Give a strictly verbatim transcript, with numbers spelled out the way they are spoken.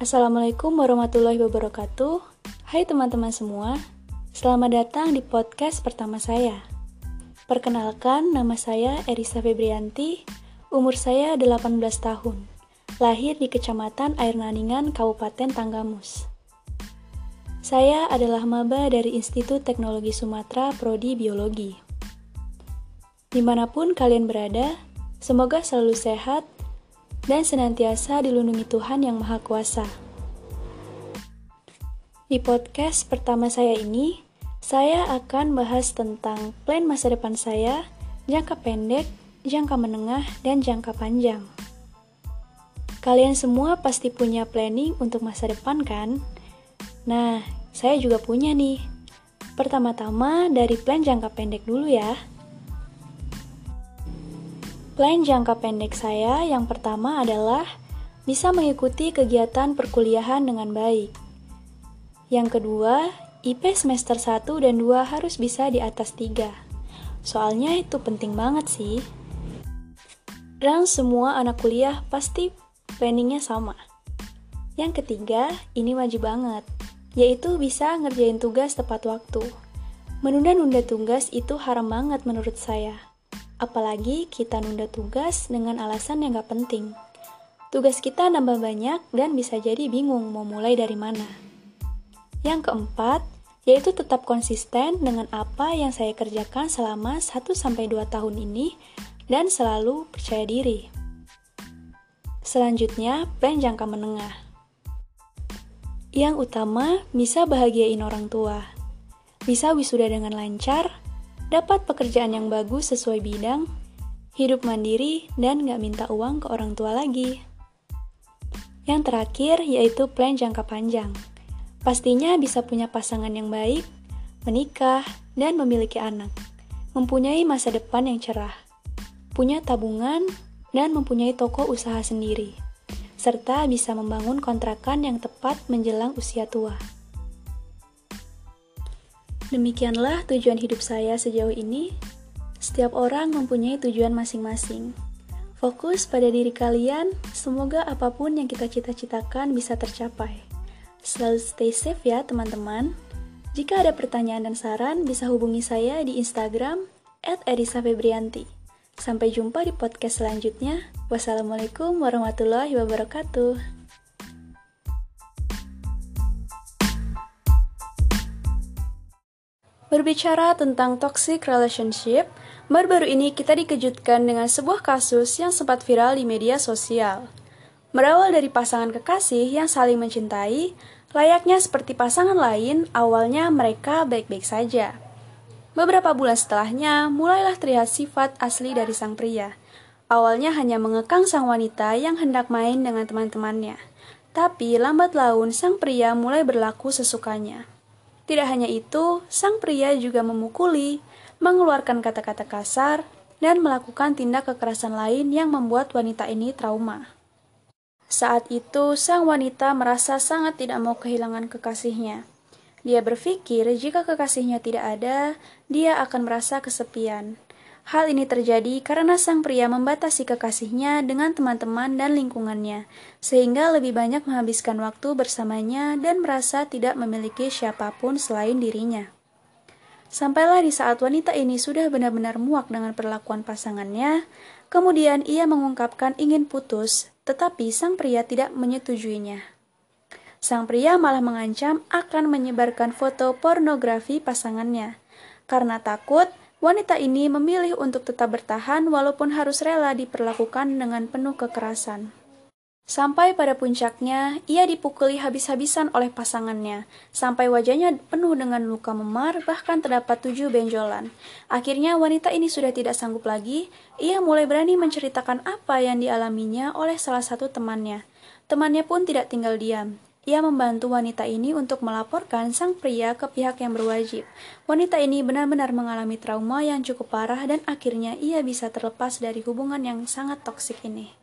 Assalamualaikum warahmatullahi wabarakatuh. Hai teman-teman semua, selamat datang di podcast pertama saya. Perkenalkan, nama saya Erisa Febrianti, umur saya delapan belas tahun, lahir di Kecamatan Air Naningan, Kabupaten Tanggamus. Saya adalah maba dari Institut Teknologi Sumatera, Prodi Biologi. Dimanapun kalian berada, semoga selalu sehat dan senantiasa dilindungi Tuhan Yang Maha Kuasa. Di podcast pertama saya ini, saya akan bahas tentang plan masa depan saya, jangka pendek, jangka menengah, dan jangka panjang. Kalian semua pasti punya planning untuk masa depan kan? Nah, saya juga punya nih. Pertama-tama dari plan jangka pendek dulu ya. Plan jangka pendek saya yang pertama adalah bisa mengikuti kegiatan perkuliahan dengan baik. Yang kedua, I P semester satu dan dua harus bisa di atas tiga. Soalnya itu penting banget sih. Dan semua anak kuliah pasti planningnya sama. Yang ketiga, ini wajib banget, yaitu bisa ngerjain tugas tepat waktu. Menunda-nunda tugas itu haram banget menurut saya. Apalagi kita nunda tugas dengan alasan yang gak penting. Tugas kita nambah banyak dan bisa jadi bingung mau mulai dari mana. Yang keempat, yaitu tetap konsisten dengan apa yang saya kerjakan selama satu sampai dua tahun ini dan selalu percaya diri. Selanjutnya, plan jangka menengah. Yang utama, bisa bahagiain orang tua. Bisa wisuda dengan lancar, dapat pekerjaan yang bagus sesuai bidang, hidup mandiri, dan gak minta uang ke orang tua lagi. Yang terakhir yaitu plan jangka panjang. Pastinya bisa punya pasangan yang baik, menikah, dan memiliki anak. Mempunyai masa depan yang cerah. Punya tabungan, dan mempunyai toko usaha sendiri. Serta bisa membangun kontrakan yang tepat menjelang usia tua. Demikianlah tujuan hidup saya sejauh ini. Setiap orang mempunyai tujuan masing-masing. Fokus pada diri kalian, semoga apapun yang kita cita-citakan bisa tercapai. Selalu stay safe ya teman-teman. Jika ada pertanyaan dan saran, bisa hubungi saya di Instagram et erisa febrianti. Sampai jumpa di podcast selanjutnya. Wassalamualaikum warahmatullahi wabarakatuh. Berbicara tentang toxic relationship, baru-baru ini kita dikejutkan dengan sebuah kasus yang sempat viral di media sosial. Berawal dari pasangan kekasih yang saling mencintai, layaknya seperti pasangan lain, awalnya mereka baik-baik saja. Beberapa bulan setelahnya, mulailah terlihat sifat asli dari sang pria. Awalnya hanya mengekang sang wanita yang hendak main dengan teman-temannya. Tapi lambat laun sang pria mulai berlaku sesukanya. Tidak hanya itu, sang pria juga memukuli, mengeluarkan kata-kata kasar, dan melakukan tindak kekerasan lain yang membuat wanita ini trauma. Saat itu, sang wanita merasa sangat tidak mau kehilangan kekasihnya. Dia berpikir jika kekasihnya tidak ada, dia akan merasa kesepian. Hal ini terjadi karena sang pria membatasi kekasihnya dengan teman-teman dan lingkungannya, sehingga lebih banyak menghabiskan waktu bersamanya dan merasa tidak memiliki siapapun selain dirinya. Sampailah di saat wanita ini sudah benar-benar muak dengan perlakuan pasangannya, kemudian ia mengungkapkan ingin putus, tetapi sang pria tidak menyetujuinya. Sang pria malah mengancam akan menyebarkan foto pornografi pasangannya. Karena takut, wanita ini memilih untuk tetap bertahan walaupun harus rela diperlakukan dengan penuh kekerasan. Sampai pada puncaknya, ia dipukuli habis-habisan oleh pasangannya, sampai wajahnya penuh dengan luka memar, bahkan terdapat tujuh benjolan. Akhirnya wanita ini sudah tidak sanggup lagi, ia mulai berani menceritakan apa yang dialaminya oleh salah satu temannya. Temannya pun tidak tinggal diam. Ia membantu wanita ini untuk melaporkan sang pria ke pihak yang berwajib. Wanita ini benar-benar mengalami trauma yang cukup parah dan akhirnya ia bisa terlepas dari hubungan yang sangat toksik ini.